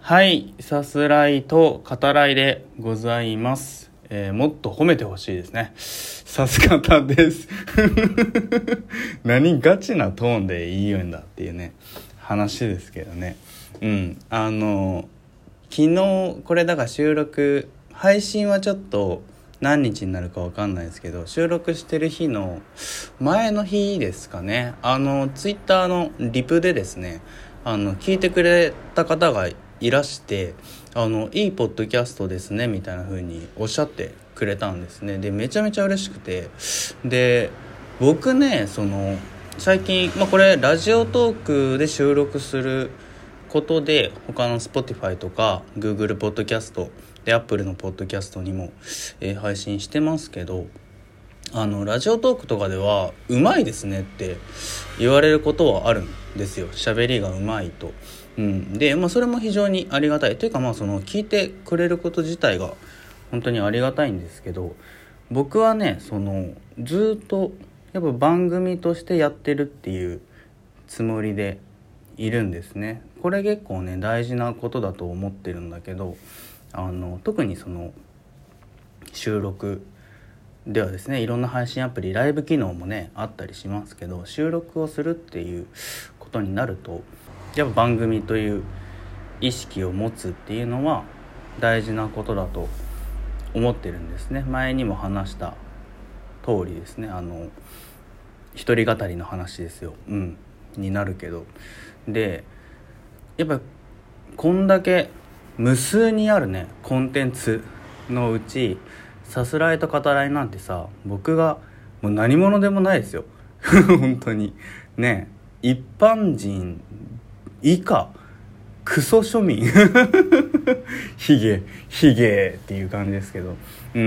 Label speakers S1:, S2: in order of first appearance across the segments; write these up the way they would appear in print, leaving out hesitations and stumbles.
S1: はい、さすらいと語らいでございます。もっと褒めてほしいですね。さす方です何ガチなトーンで言うんだっていうね話ですけどね。昨日これだから収録配信はちょっと何日になるか分かんないですけど、収録してる日の前の日ですかね、ツイッターのリプでですね、聞いてくれた方がいらして、いいポッドキャストですねみたいな風におっしゃってくれたんですね。でめちゃめちゃ嬉しくて、で僕ね最近、これラジオトークで収録することで他の Spotify とか Google ポッドキャストで Apple のポッドキャストにも、配信してますけど、ラジオトークとかではうまいですねって言われることはあるんですよ。喋りがうまいと。で、それも非常にありがたいというか、聞いてくれること自体が本当にありがたいんですけど、僕はねずっとやっぱ番組としてやってるっていうつもりでいるんですね。これ結構ね大事なことだと思ってるんだけど、特に収録ではですね、いろんな配信アプリライブ機能もねあったりしますけど、収録をするっていうことになるとやっぱ番組という意識を持つっていうのは大事なことだと思ってるんですね。前にも話した通りですね、一人語りの話ですよ、になるけど、でやっぱこんだけ無数にあるねコンテンツのうちさすらいと語らいなんてさ、僕がもう何者でもないですよ本当にね、一般人以下クソ庶民ヒゲっていう感じですけど、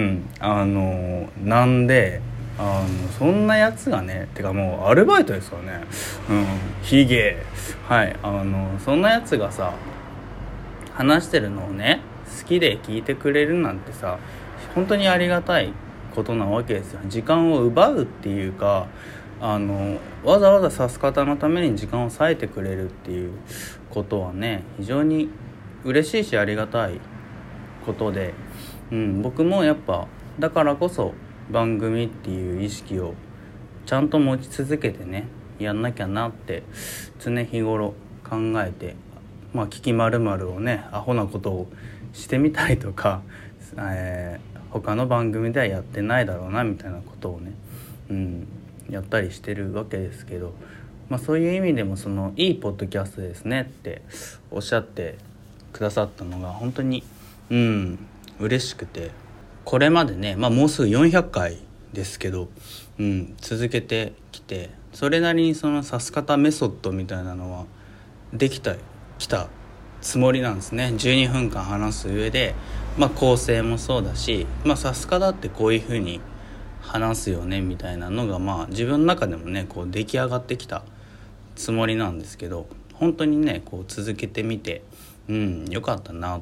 S1: なんでそんなやつがね、てかもうアルバイトですからね、ヒゲ、そんなやつがさ話してるのをね好きで聞いてくれるなんてさ、本当にありがたいことなわけですよ。時間を奪うっていうか、わざわざ指す方のために時間を割いてくれるっていうことはね非常に嬉しいしありがたいことで、僕もやっぱだからこそ番組っていう意識をちゃんと持ち続けてねやんなきゃなって常日頃考えて、聞き〇〇をねアホなことをしてみたりとか、他の番組ではやってないだろうなみたいなことをね、やったりしてるわけですけど、そういう意味でもいいポッドキャストですねっておっしゃってくださったのが本当に嬉しくて、これまでね、もうすぐ400回ですけど、続けてきてそれなりに指す方メソッドみたいなのはできてきたつもりなんですね。12分間話す上で、構成もそうだし、指す方ってこういう風に話すよねみたいなのが自分の中でもね出来上がってきたつもりなんですけど、本当にね続けてみてよかったなって、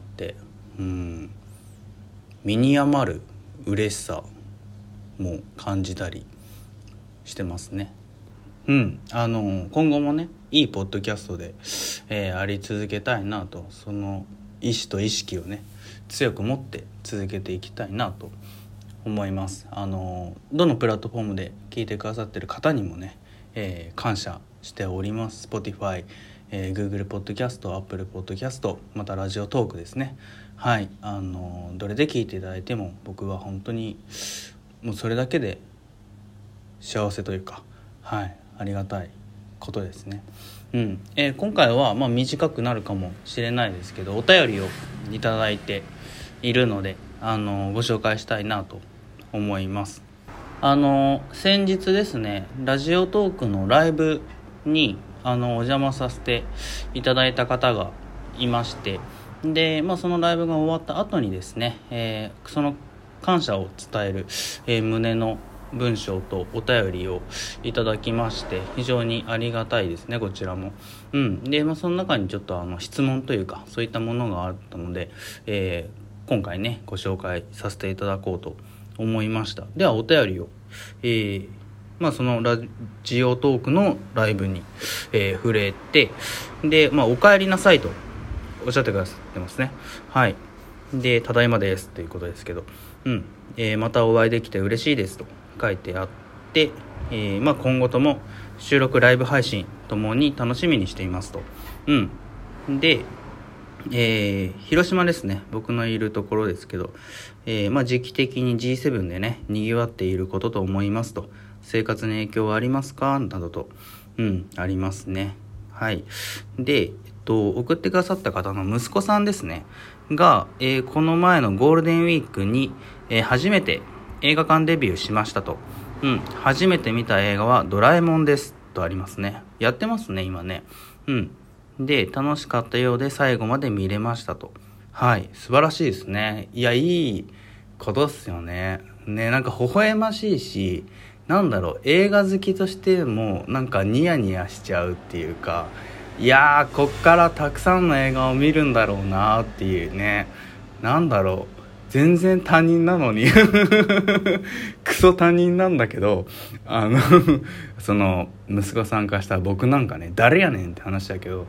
S1: 身に余る嬉しさも感じたりしてますね。今後もねいいポッドキャストで、あり続けたいなと、その意志と意識をね強く持って続けていきたいなと思います。どのプラットフォームで聞いてくださってる方にもね、感謝しております。 Spotify、Google ポッドキャスト、Apple ポッドキャスト、またラジオトークですね。どれで聞いていただいても僕は本当にもうそれだけで幸せというか、ありがたいことですね。今回は短くなるかもしれないですけど、お便りをいただいているのでご紹介したいなと思います。先日ですねラジオトークのライブにお邪魔させていただいた方がいまして、で、そのライブが終わった後にですね、その感謝を伝える、旨の文章とお便りをいただきまして、非常にありがたいですねこちらも。で、その中にちょっと質問というかそういったものがあったので、今回ねご紹介させていただこうと思いました。ではお便りを、そのラジオトークのライブに、触れて、で、お帰りなさいとおっしゃってくださってますね。はい。で、ただいまですということですけど、またお会いできて嬉しいですと書いてあって、今後とも収録ライブ配信ともに楽しみにしていますと。で、広島ですね、僕のいるところですけど、時期的に G7 でね賑わっていることと思いますと。生活に影響はありますかなどとありますね。はい。で、送ってくださった方の息子さんですねが、この前のゴールデンウィークに、初めて映画館デビューしましたと。初めて見た映画はドラえもんですとありますね。やってますね今ね。で、楽しかったようで最後まで見れましたと。はい、素晴らしいですね。いや、いいことっすよね。なんか微笑ましいし、映画好きとしてもなんかニヤニヤしちゃうっていうか、いやー、こっからたくさんの映画を見るんだろうなっていうね。全然他人なのにクソ他人なんだけど、その息子さんからしたら僕なんかね誰やねんって話だけど、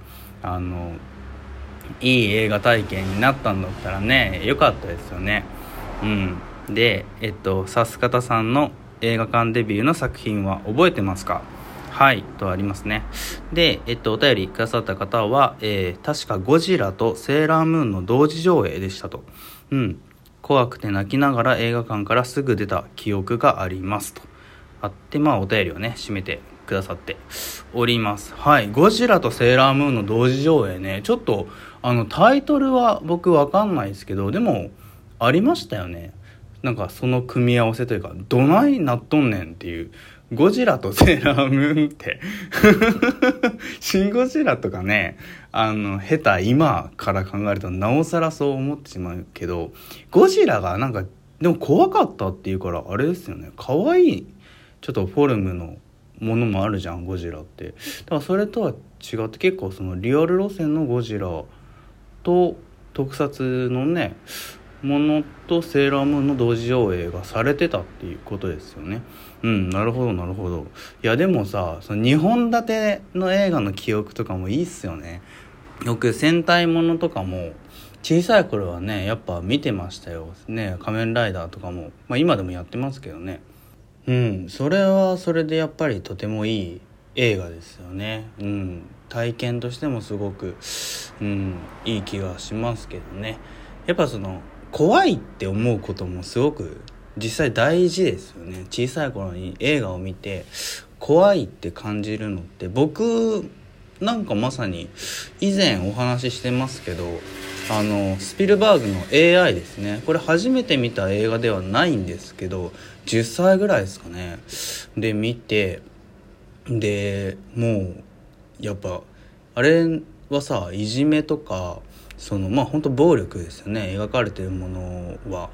S1: いい映画体験になったんだったらね良かったですよね。で、さすかたさんの映画館デビューの作品は覚えてますか？はいとありますね。で、お便りくださった方は、確かゴジラとセーラームーンの同時上映でしたと。怖くて泣きながら映画館からすぐ出た記憶がありますとあって、お便りをね締めてくださっております。はい。ゴジラとセーラームーンの同時上映ね、ちょっとタイトルは僕わかんないですけど、でもありましたよね。なんかその組み合わせというか、どないなっとんねんっていう。ゴジラとセーラームーンってシン・ゴジラとかね、下手今から考えるとなおさらそう思ってしまうけど、ゴジラがなんかでも怖かったっていうから、あれですよね、可愛いちょっとフォルムのものもあるじゃんゴジラって。だからそれとは違って結構そのリアル路線のゴジラと特撮のねものとセーラームーンの同時上映がされてたっていうことですよね。なるほどなるほど。いやでもさ、その2本立ての映画の記憶とかもいいっすよね。よく戦隊ものとかも小さい頃はねやっぱ見てましたよね。仮面ライダーとかも、今でもやってますけどね。それはそれでやっぱりとてもいい映画ですよね。体験としてもすごくいい気がしますけどね。やっぱその怖いって思うこともすごく実際大事ですよね。小さい頃に映画を見て怖いって感じるのって、僕なんかまさに以前お話ししてますけど、スピルバーグの AI ですね。これ初めて見た映画ではないんですけど、10歳ぐらいですかねで見て、でもうやっぱあれはさ、いじめとかその本当暴力ですよね、描かれてるものは。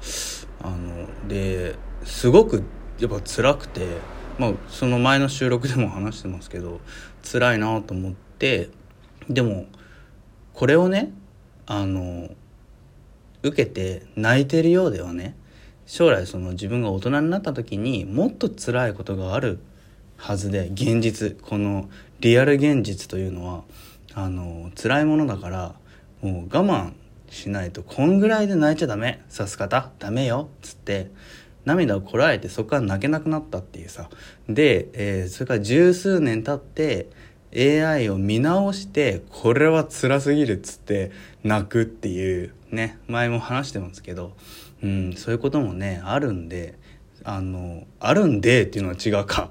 S1: ですごくやっぱ辛くて、その前の収録でも話してますけど辛いなと思って、でもこれをね受けて泣いてるようではね、将来その自分が大人になった時にもっと辛いことがあるはずで、現実、このリアル現実というのは辛いものだから、もう我慢しないと。こんぐらいで泣いちゃダメ、さす方ダメよっつって涙をこらえて、そこから泣けなくなったっていうさ。で、それから十数年経って AI を見直して、これは辛すぎるっつって泣くっていうね、前も話してますけど、そういうこともねあるんで、あるんでっていうのは違うか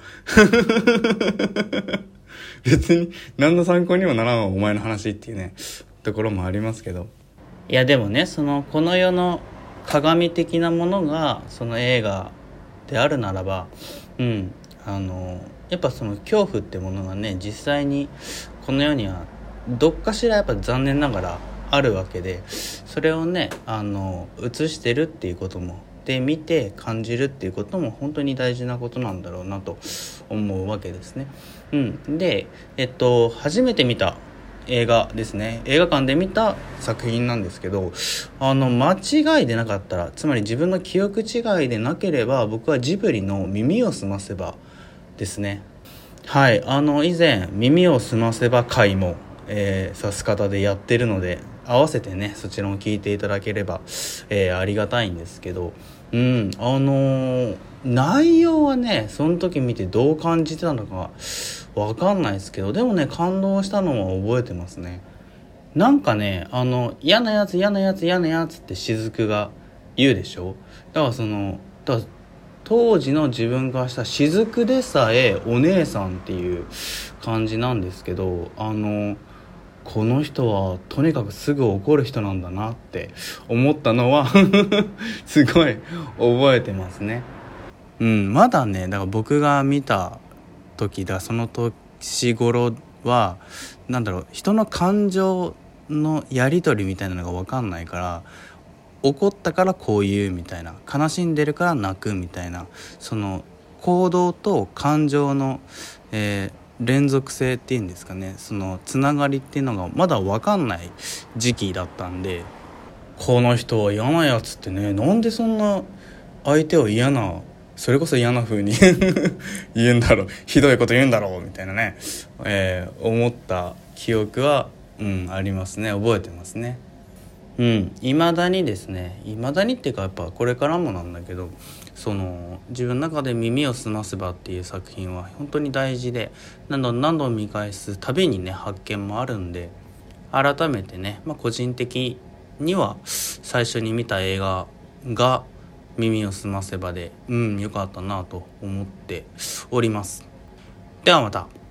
S1: 別に何の参考にもならんお前の話っていうねところもありますけど、いやでもね、この世の鏡的なものがその映画であるならば、やっぱその恐怖ってものがね実際にこの世にはどっかしらやっぱ残念ながらあるわけで、それをね映してるっていうこともで見て感じるっていうことも本当に大事なことなんだろうなと思うわけですね。で、初めて見た映画ですね。映画館で見た作品なんですけど、間違いでなかったら、つまり自分の記憶違いでなければ、僕はジブリの耳をすませばですね。はい、以前耳をすませば回もさす方でやってるので、 合わせてねそちらも聞いていただければ、ありがたいんですけど、内容はねその時見てどう感じてたのかわかんないですけど、でもね感動したのは覚えてますね。なんかね嫌なやつって雫が言うでしょ。だから当時の自分からしたら雫でさえお姉さんっていう感じなんですけど、この人はとにかくすぐ怒る人なんだなって思ったのはすごい覚えてますね。まだねだから僕が見た時だ、その年頃は人の感情のやり取りみたいなのが分かんないから、怒ったからこう言うみたいな、悲しんでるから泣くみたいな、その行動と感情の、連続性っていうんですかね、そのつながりっていうのがまだ分かんない時期だったんで、この人は嫌なやつってね、なんでそんな相手をそれこそ嫌な風に言うんだろう、ひどいこと言うんだろうみたいなね、思った記憶は、ありますね。覚えてますね。未だにですね、未だにっていうかやっぱこれからもなんだけど、自分の中で耳をすませばっていう作品は本当に大事で、何度も見返すたびにね発見もあるんで、改めてね、個人的には最初に見た映画が耳をすませばで、良かったなと思っております。ではまた。